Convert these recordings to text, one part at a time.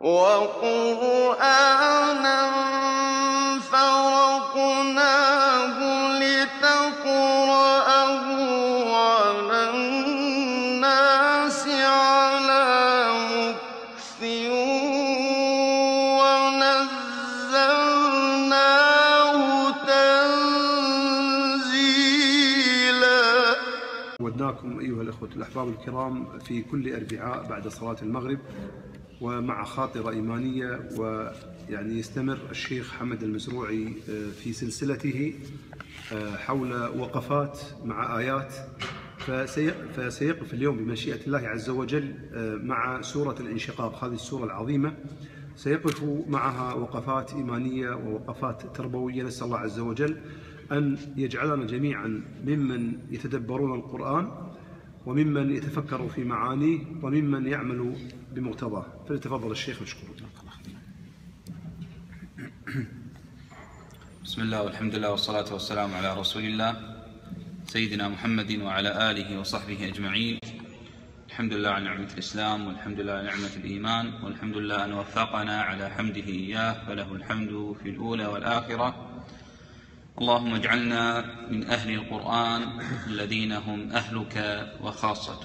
وَقُرْآنًا فَرَقْنَاهُ لِتَقْرَأَهُ عَلَى النَّاسِ عَلَىٰ مُكْثٍ وَنَزَّلْنَاهُ تَنزِيلًا. ودناكم أيها الأخوة الأحباب الكرام في كل أربعاء بعد صلاة المغرب ومع خاطرة إيمانية، ويعني يستمر الشيخ حمد المزروعي في سلسلته حول وقفات مع آيات، فسيقف اليوم بمشيئة الله عز وجل مع سورة الانشقاق، هذه السورة العظيمة سيقف معها وقفات إيمانية ووقفات تربوية. نسأل الله عز وجل أن يجعلنا جميعا ممن يتدبرون القرآن وممن يتفكر في معانيه وممن يعمل بمقتضاه. فليتفضل الشيخ مشكور. بسم الله والحمد لله والصلاة والسلام على رسول الله سيدنا محمد وعلى آله وصحبه أجمعين. الحمد لله على نعمة الإسلام، والحمد لله على نعمة الإيمان، والحمد لله أن وفقنا على حمده إياه، فله الحمد في الأولى والآخرة. اللهم اجعلنا من أهل القرآن الذين هم أهلك وخاصتك.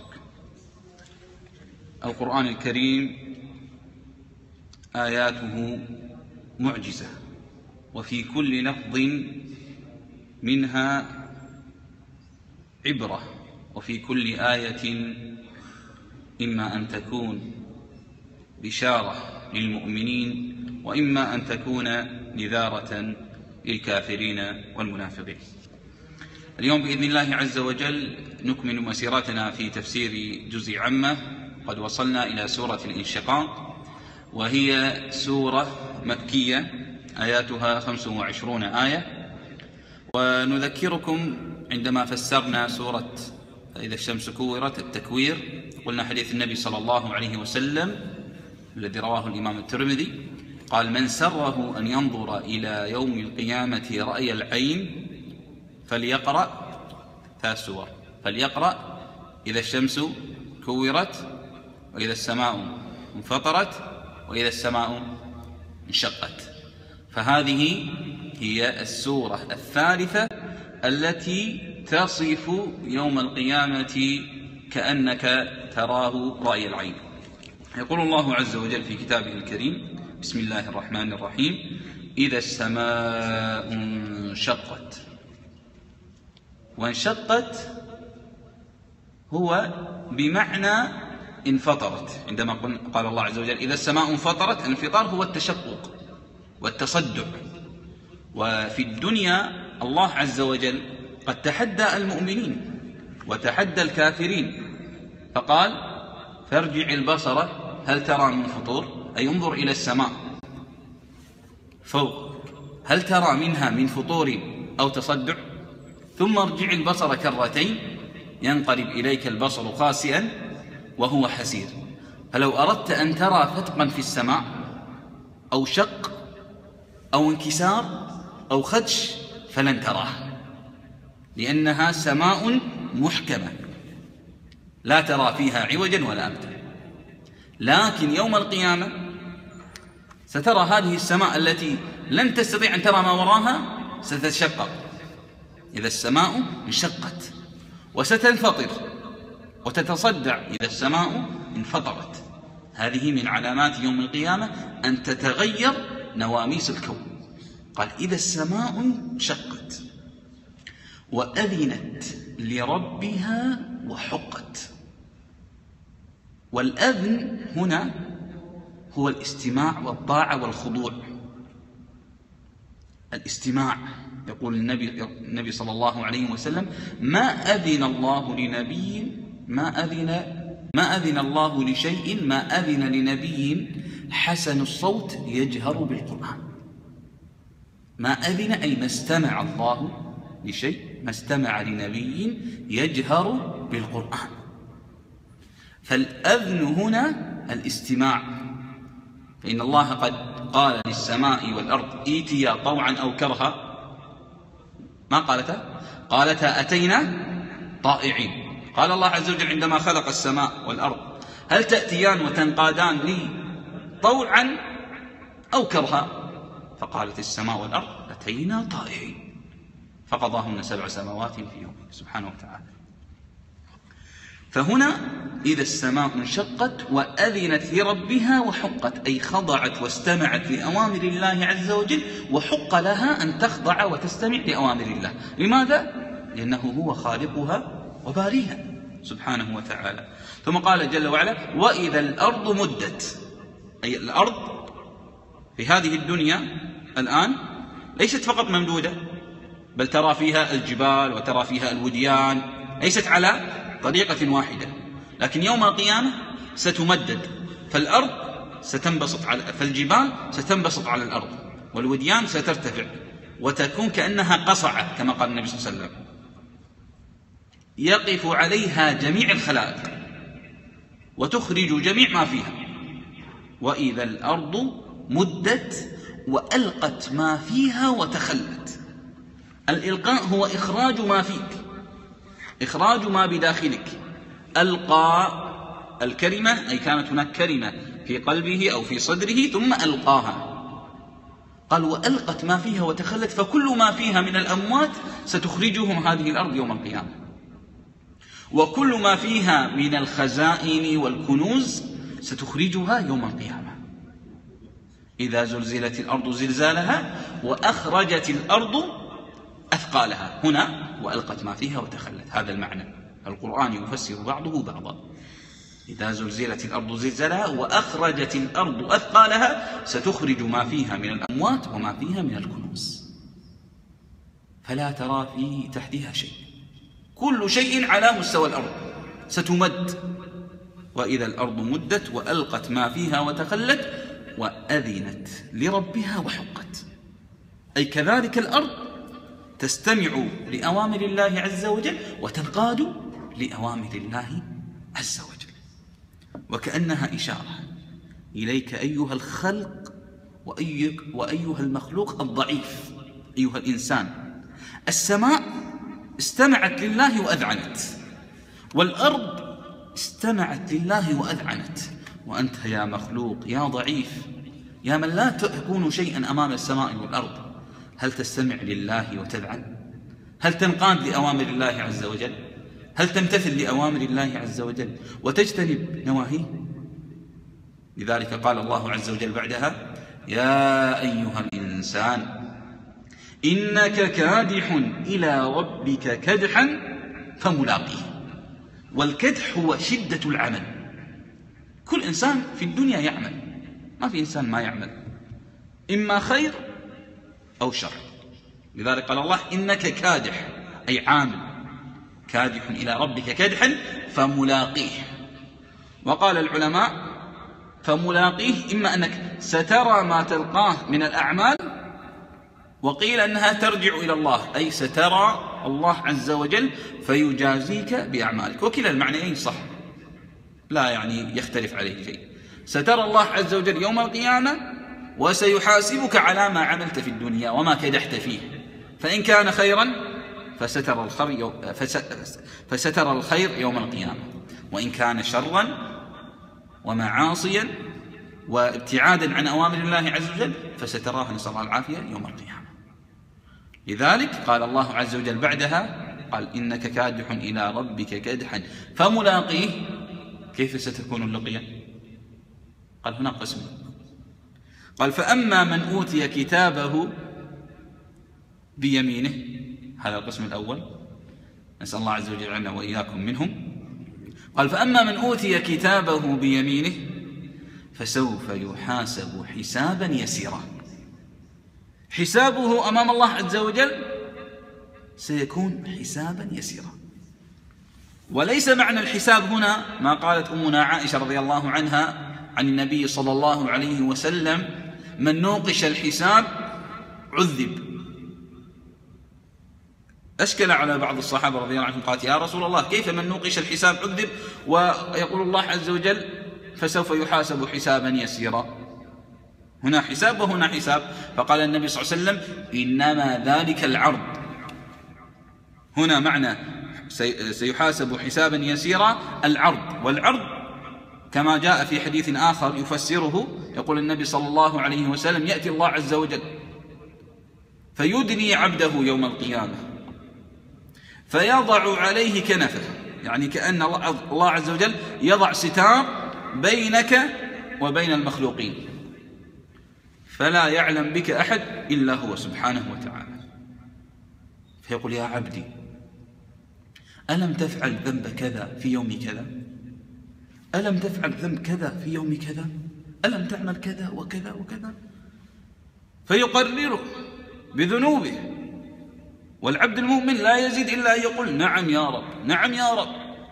القرآن الكريم آياته معجزة، وفي كل لفظ منها عبرة، وفي كل آية إما أن تكون بشارة للمؤمنين وإما أن تكون نذارة للكافرين والمنافقين. اليوم بإذن الله عز وجل نكمل مسيرتنا في تفسير جزء عامة. قد وصلنا إلى سورة الانشقاق، وهي سورة مكية آياتها 25 آية. ونذكركم عندما فسرنا سورة إذا الشمس كورت التكوير، قلنا حديث النبي صلى الله عليه وسلم الذي رواه الإمام الترمذي قال: من سره أن ينظر إلى يوم القيامة رأي العين فليقرأ 3 سور، فليقرأ إذا الشمس كورت، وإذا السماء انفطرت، وإذا السماء انشقت. فهذه هي السورة الثالثة التي تصف يوم القيامة كأنك تراه رأي العين. يقول الله عز وجل في كتابه الكريم: بسم الله الرحمن الرحيم: إذا السماء انشقت. وانشقت هو بمعنى انفطرت. عندما قال الله عز وجل إذا السماء انفطرت، الانفطار هو التشقق والتصدع. وفي الدنيا الله عز وجل قد تحدى المؤمنين وتحدى الكافرين، فقال: فارجع البصر هل ترى من فطور، أي انظر إلى السماء فوق هل ترى منها من فطور أو تصدع، ثم ارجع البصر كرتين ينقلب إليك البصر خاسئا وهو حسير. فلو أردت أن ترى فتقا في السماء أو شق أو انكسار أو خدش فلن تراه، لأنها سماء محكمة لا ترى فيها عوجا ولا أمتا. لكن يوم القيامة سترى هذه السماء التي لن تستطيع أن ترى ما وراها ستتشقق. إذا السماء انشقت، وستنفطر وتتصدع إذا السماء انفطرت. هذه من علامات يوم القيامة أن تتغير نواميس الكون. قال: إذا السماء انشقت وأذنت لربها وحقت. والأذن هنا هو الاستماع والطاعة والخضوع. الاستماع، يقول النبي صلى الله عليه وسلم: ما أذن الله لنبي ما أذن الله لشيء ما أذن لنبي حسن الصوت يجهر بالقرآن. ما أذن أي ما استمع الله لشيء، ما استمع لنبي يجهر بالقرآن. فالأذن هنا الاستماع. فإن الله قد قال للسماء والأرض ائتيا طوعا أو كرها، ما قالتا أتينا طائعين. قال الله عز وجل عندما خلق السماء والأرض: هل تأتيان وتنقادان لي طوعا أو كرها، فقالت السماء والأرض أتينا طائعين، فقضاهن 7 سماوات في يوم سبحانه وتعالى. فهنا إذا السماء انشقت وأذنت لربها وحقت، أي خضعت واستمعت لأوامر الله عز وجل، وحق لها أن تخضع وتستمع لأوامر الله. لماذا؟ لأنه هو خالقها وباريها سبحانه وتعالى. ثم قال جل وعلا: وإذا الأرض مدت، أي الأرض في هذه الدنيا الآن ليست فقط ممدودة، بل ترى فيها الجبال وترى فيها الوديان، ليست على طريقة واحدة، لكن يوم القيامة ستمدد، فالأرض ستنبسط فالجبال ستنبسط على الأرض، والوديان سترتفع وتكون كأنها قصعة كما قال النبي صلى الله عليه وسلم، يقف عليها جميع الخلائق وتخرج جميع ما فيها. وإذا الأرض مدت وألقت ما فيها وتخلت. الإلقاء هو إخراج ما فيك، إخراج ما بداخلك. ألقى الكلمة، أي كانت هناك كلمة في قلبه أو في صدره ثم ألقاها. قال: وألقت ما فيها وتخلت، فكل ما فيها من الأموات ستخرجهم هذه الأرض يوم القيامة، وكل ما فيها من الخزائن والكنوز ستخرجها يوم القيامة. إذا زلزلت الأرض زلزالها وأخرجت الأرض أثقالها. هنا وألقت ما فيها وتخلت، هذا المعنى. القرآن يفسر بعضه بعضا. إذا زلزلت الأرض زلزالها وأخرجت الأرض أثقالها، ستخرج ما فيها من الأموات وما فيها من الكنوز، فلا ترى في تحتها شيء، كل شيء على مستوى الأرض ستمد. وإذا الأرض مدت وألقت ما فيها وتخلت وأذنت لربها وحقت، أي كذلك الأرض تستمع لأوامر الله عز وجل وتنقاد لأوامر الله عز وجل. وكأنها إشارة إليك أيها الخلق وأيها المخلوق الضعيف، أيها الإنسان. السماء استمعت لله وأذعنت، والأرض استمعت لله وأذعنت، وأنت يا مخلوق يا ضعيف يا من لا تكون شيئا أمام السماء والأرض، هل تستمع لله وتذعن؟ هل تنقاد لأوامر الله عز وجل؟ هل تمتثل لأوامر الله عز وجل وتجتنب نواهيه؟ لذلك قال الله عز وجل بعدها: يا أيها الإنسان إنك كادح إلى ربك كدحا فملاقيه. والكدح هو شدة العمل. كل إنسان في الدنيا يعمل، ما في إنسان ما يعمل، إما خير أو شر. لذلك قال الله: إنك كادح، أي عامل، كادح إلى ربك كدحا فملاقيه. وقال العلماء: فملاقيه إما أنك سترى ما تلقاه من الأعمال، وقيل أنها ترجع إلى الله، أي سترى الله عز وجل فيجازيك بأعمالك. وكلا المعنيين صح، لا يعني يختلف عليه شيء. سترى الله عز وجل يوم القيامة وسيحاسبك على ما عملت في الدنيا وما كدحت فيه، فإن كان خيرا فسترى الخير يوم القيامة، وإن كان شرا ومعاصيا وابتعادا عن أوامر الله عز وجل فستراه، نسأل الله العافية، يوم القيامة. لذلك قال الله عز وجل بعدها، قال: إنك كادح إلى ربك كدحا فملاقيه. كيف ستكون اللقية؟ قال هنا قسم، قال: فأما من أوتي كتابه بيمينه، هذا القسم الأول، نسأل الله عز وجل عنا وإياكم منهم. قال: فأما من أوتي كتابه بيمينه فسوف يحاسب حسابا يسيرا. حسابه أمام الله عز وجل سيكون حسابا يسيرا. وليس معنى الحساب هنا ما قالت أمنا عائشة رضي الله عنها عن النبي صلى الله عليه وسلم: من نوقش الحساب عذب. أشكل على بعض الصحابة رضي الله عنهم، قالت: يا رسول الله، كيف من نوقش الحساب عذب؟ ويقول الله عز وجل: فسوف يحاسب حسابا يسيرا. هنا حساب وهنا حساب. فقال النبي صلى الله عليه وسلم: إنما ذلك العرض. هنا معنى سيحاسب حسابا يسيرا العرض، والعرض كما جاء في حديث آخر يفسره، يقول النبي صلى الله عليه وسلم: يأتي الله عز وجل فيدني عبده يوم القيامة فيضع عليه كنفه، يعني كأن الله عز وجل يضع ستار بينك وبين المخلوقين، فلا يعلم بك أحد إلا هو سبحانه وتعالى. فيقول: يا عبدي، ألم تفعل ذنب كذا في يوم كذا؟ ألم تفعل ذنب كذا في يوم كذا؟ ألم تعمل كذا وكذا وكذا؟ فيقرره بذنوبه، والعبد المؤمن لا يزيد إلا أن يقول: نعم يا رب، نعم يا رب.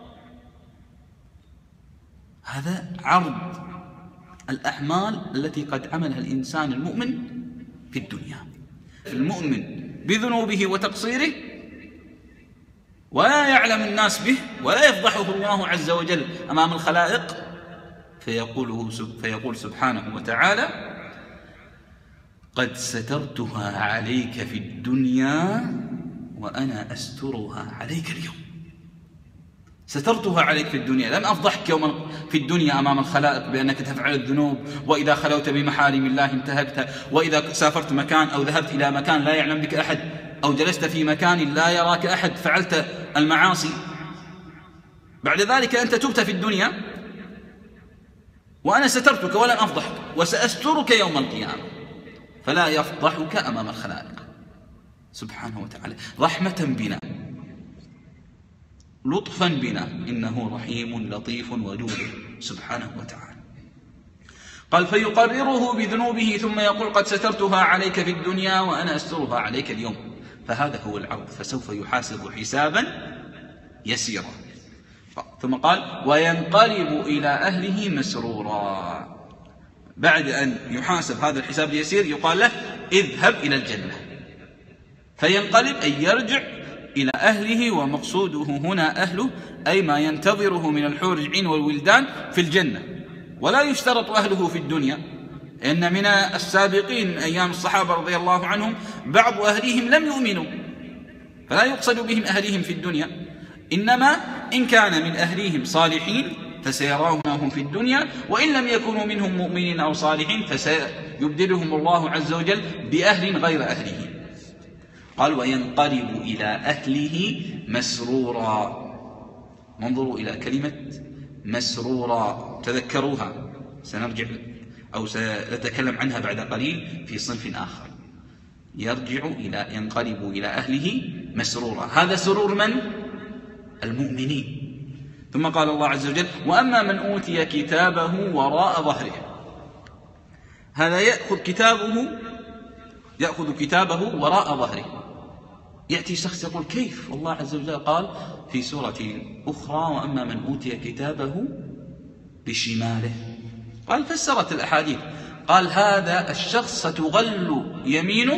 هذا عرض الأعمال التي قد عملها الإنسان المؤمن في الدنيا. المؤمن بذنوبه وتقصيره ولا يعلم الناس به ولا يفضحه الله عز وجل أمام الخلائق، فيقول سبحانه وتعالى: قد سترتها عليك في الدنيا وأنا أسترها عليك اليوم. سترتها عليك في الدنيا، لم أفضحك يوم في الدنيا أمام الخلائق بأنك تفعل الذنوب، وإذا خلوت بمحارم الله انتهكتها، وإذا سافرت مكان أو ذهبت إلى مكان لا يعلم بك أحد، أو جلست في مكان لا يراك أحد فعلت المعاصي. بعد ذلك أنت تبت في الدنيا وأنا سترتك ولم أفضحك، وسأسترك يوم القيامة فلا يفضحك أمام الخلائق سبحانه وتعالى، رحمة بنا، لطفا بنا، إنه رحيم لطيف ودود سبحانه وتعالى. قال: فيقرره بذنوبه ثم يقول: قد سترتها عليك في الدنيا وأنا أسترها عليك اليوم. فهذا هو العرض، فسوف يحاسب حسابا يسيرا. ثم قال: وينقلب إلى أهله مسرورا. بعد أن يحاسب هذا الحساب اليسير يقال له: اذهب إلى الجنة. فينقلب أي يرجع إلى أهله، ومقصوده هنا أهله أي ما ينتظره من الحور العين والولدان في الجنة، ولا يشترط أهله في الدنيا، إن من السابقين من أيام الصحابة رضي الله عنهم بعض أهليهم لم يؤمنوا، فلا يقصد بهم أهليهم في الدنيا، إنما إن كان من أهليهم صالحين فسيراونهم في الدنيا، وإن لم يكونوا منهم مؤمنين أو صالحين فسيبدلهم الله عز وجل بأهل غير أهله. قال: وينقلب إلى أهله مسرورا. وانظروا إلى كلمة مسرورا، تذكروها، سنرجع أو سنتكلم عنها بعد قليل في صنف آخر. ينقلب إلى أهله مسرورا، هذا سرور من؟ المؤمنين. ثم قال الله عز وجل: وأما من أوتي كتابه وراء ظهره. هذا يأخذ كتابه وراء ظهره. يأتي شخص يقول: كيف؟ الله عز وجل قال في سورة أخرى: وأما من أوتي كتابه بشماله. قال فسرت الأحاديث، قال هذا الشخص ستغل يمينه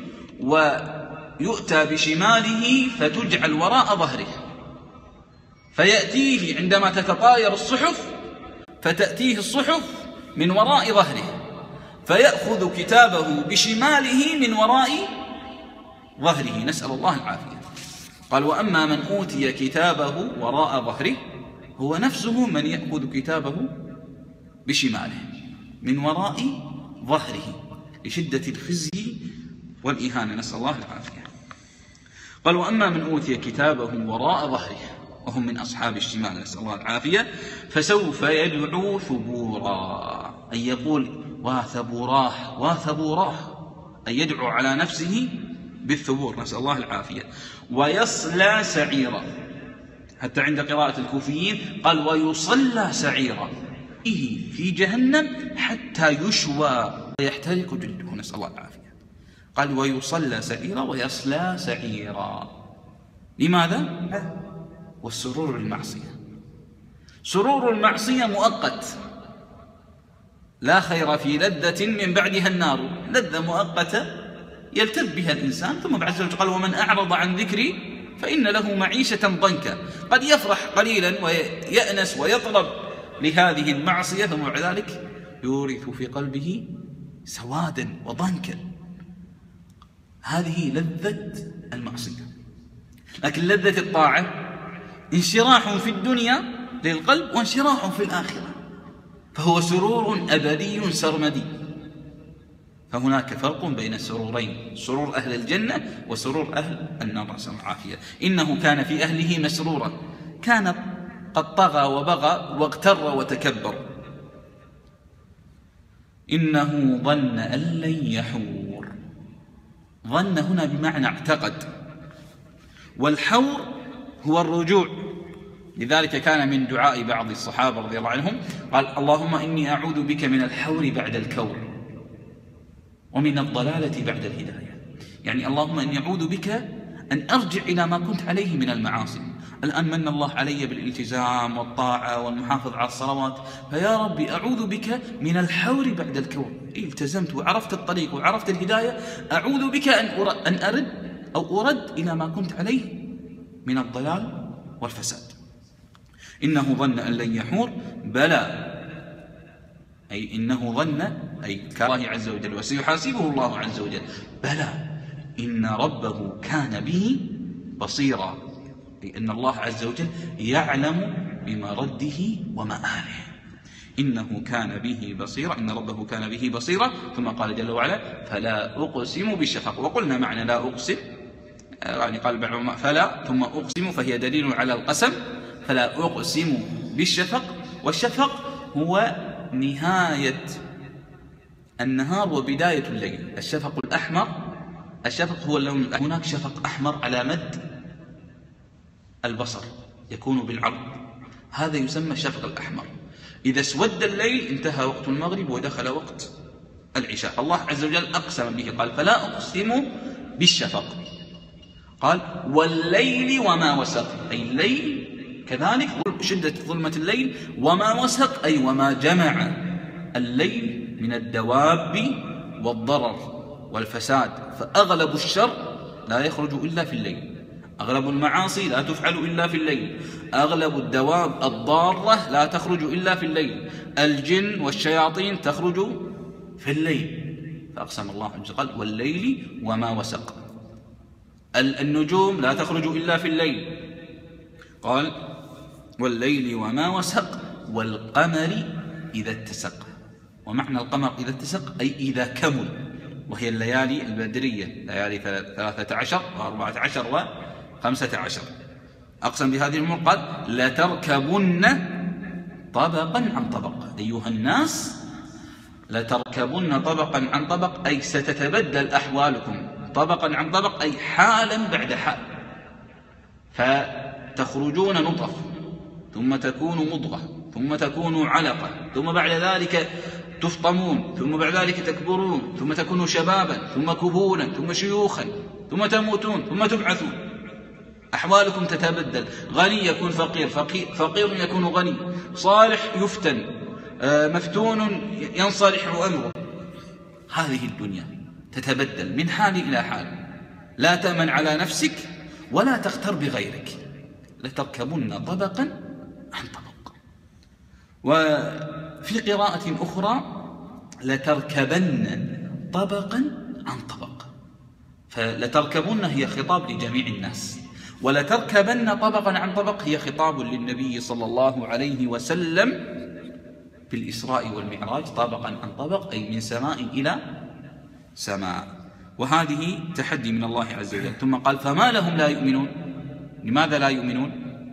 ويؤتى بشماله فتجعل وراء ظهره، فيأتيه عندما تتطاير الصحف فتأتيه الصحف من وراء ظهره، فيأخذ كتابه بشماله من وراء ظهره، نسأل الله العافية. قال: وأما من أوتي كتابه وراء ظهره، هو نفسه من يأخذ كتابه بشماله من وراء ظهره لشدة الخزي والإهانة، نسأل الله العافية. قال: وأما من أوتي كتابه وراء ظهره، وهم من أصحاب الشمال، نسأل الله العافية، فسوف يدعو ثبورا، أي يقول: واثبوراه واثبوراه، أي يدعو على نفسه بالثبور، نسأل الله العافية. ويصلى سعيرا، حتى عند قراءة الكوفيين قال: ويصلى سعيرا، في جهنم حتى يشوى ويحترق جلده، نسأل الله العافية. قال: ويصلى سعيرا ويصلى سعيرا. لماذا؟ والسرور المعصية، سرور المعصية مؤقت، لا خير في لذة من بعدها النار، لذة مؤقتة يلتذ بها الإنسان، ثم بعد ذلك قال: ومن أعرض عن ذكري فإن له معيشة ضنكا. قد يفرح قليلا ويأنس ويطلب لهذه المعصية، ثم بعد ذلك يورث في قلبه سوادا وضنكا. هذه لذة المعصية. لكن لذة الطاعة انشراح في الدنيا للقلب وانشراح في الآخرة، فهو سرور أبدي سرمدي. فهناك فرق بين السرورين، سرور أهل الجنة وسرور أهل النار، نسأل الله العافية. إنه كان في أهله مسرورا، كان قد طغى وبغى واغتر وتكبر. إنه ظن أن لن يحور. ظن هنا بمعنى اعتقد، والحور هو الرجوع. لذلك كان من دعاء بعض الصحابة رضي الله عنهم قال: اللهم إني أعوذ بك من الحور بعد الكور ومن الضلالة بعد الهداية. يعني اللهم إني أعوذ بك أن أرجع إلى ما كنت عليه من المعاصي. الآن من الله علي بالالتزام والطاعة والمحافظة على الصلوات، فيا ربي أعوذ بك من الحور بعد الكور. التزمت وعرفت الطريق وعرفت الهداية، أعوذ بك أن أرد أو أرد إلى ما كنت عليه من الضلال والفساد. إنه ظن أن لن يحور بلى، أي إنه ظن أي كالله عز وجل وسيحاسبه الله عز وجل. بلى إن ربه كان به بصيرا، لأن الله عز وجل يعلم بمرده ومآله. إنه كان به بصيرا، إن ربه كان به بصيرا. ثم قال جل وعلا: فلا أقسم بالشفق. وقلنا معنى لا أقسم، يعني قال بعض العلماء فلا ثم أقسم، فهي دليل على القسم. فلا أقسم بالشفق، والشفق هو نهاية النهار وبداية الليل. الشفق الأحمر، الشفق هو اللون الأحمر. هناك شفق أحمر على مد البصر يكون بالعرض، هذا يسمى الشفق الأحمر. إذا اسود الليل انتهى وقت المغرب ودخل وقت العشاء. الله عز وجل أقسم به، قال: فلا أقسم بالشفق. قال: والليل وما وسق، أي الليل كذلك شدة ظلمة الليل، وما وسق أي وما جمع الليل من الدواب والضرر والفساد. فأغلب الشر لا يخرج إلا في الليل، أغلب المعاصي لا تفعل إلا في الليل، أغلب الدواب الضارة لا تخرج إلا في الليل، الجن والشياطين تخرج في الليل. فأقسم الله عز وجل قال: والليل وما وسق. النجوم لا تخرج إلا في الليل، قال: والليل وما وسق والقمر إذا اتسق. ومعنى القمر إذا اتسق أي إذا كمل، وهي الليالي البدرية، ليالي 13 و14 و15. أقسم بهذه الأمور قال: لتركبن طبقا عن طبق. أيها الناس لتركبن طبقا عن طبق، أي ستتبدل أحوالكم طبقا عن طبق، أي حالا بعد حال. فتخرجون نطف، ثم تكون مضغة، ثم تكون علقة، ثم بعد ذلك تفطمون، ثم بعد ذلك تكبرون، ثم تكونوا شبابا، ثم كهولا، ثم شيوخا، ثم تموتون، ثم تبعثون. أحوالكم تتبدل، غني يكون فقير، فقير يكون غني، صالح يفتن، مفتون ينصلح أمره. هذه الدنيا تتبدل من حال إلى حال، لا تأمن على نفسك ولا تغتر بغيرك. لتركبن طبقا عن طبق. وفي قراءة أخرى: لتركبن طبقا عن طبق. فلتركبن هي خطاب لجميع الناس، ولتركبن طبقا عن طبق هي خطاب للنبي صلى الله عليه وسلم في الإسراء والمعراج، طبقا عن طبق أي من سماء إلى سماء. وهذه تحدي من الله عز وجل. ثم قال: فما لهم لا يؤمنون. لماذا لا يؤمنون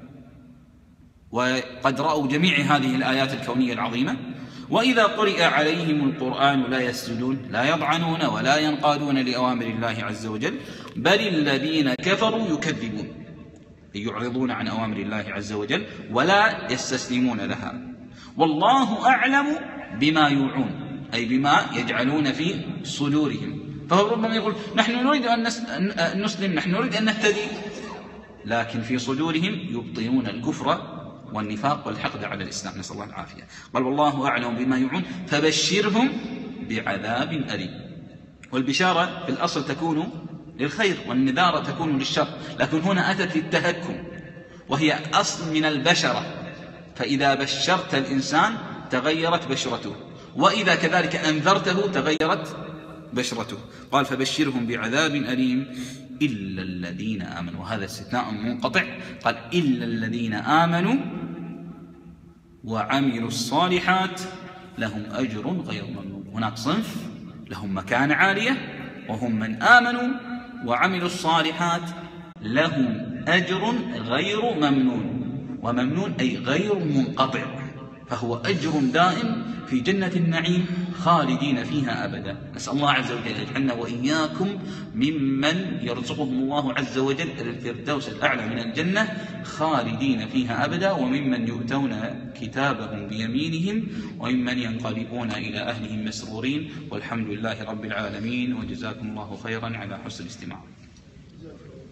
وقد رأوا جميع هذه الآيات الكونية العظيمة؟ وإذا قرئ عليهم القرآن لا يسجدون، لا يضعنون ولا ينقادون لأوامر الله عز وجل، بل الذين كفروا يكذبون، يعرضون عن أوامر الله عز وجل ولا يستسلمون لها. والله أعلم بما يوعون، أي بما يجعلون في صدورهم. فهو ربما يقول: نحن نريد أن نسلم، نحن نريد أن نهتدي، لكن في صدورهم يبطنون الكفر والنفاق والحقد على الإسلام، نسأل الله العافية. قال: والله أعلم بما يوعون فبشرهم بعذاب أليم. والبشارة في الأصل تكون للخير، والنذارة تكون للشر، لكن هنا أتت للتهكم، وهي أصل من البشرة. فإذا بشرت الإنسان تغيرت بشرته، وإذا كذلك أنذرته تغيرت بشرته. قال: فبشرهم بعذاب أليم إلا الذين آمنوا. وهذا استثناء منقطع، قال: إلا الذين آمنوا وعملوا الصالحات لهم أجر غير ممنون. هناك صنف لهم مكانة عالية، وهم من آمنوا وعملوا الصالحات لهم أجر غير ممنون، وممنون أي غير منقطع، فهو أجر دائم في جنة النعيم خالدين فيها أبدا. نسأل الله عز وجل يجعلنا وإياكم ممن يرزقهم الله عز وجل الفردوس الأعلى من الجنة خالدين فيها أبدا، وممن يؤتون كتابهم بيمينهم، وممن ينقلبون إلى أهلهم مسرورين. والحمد لله رب العالمين، وجزاكم الله خيرا على حسن الاستماع.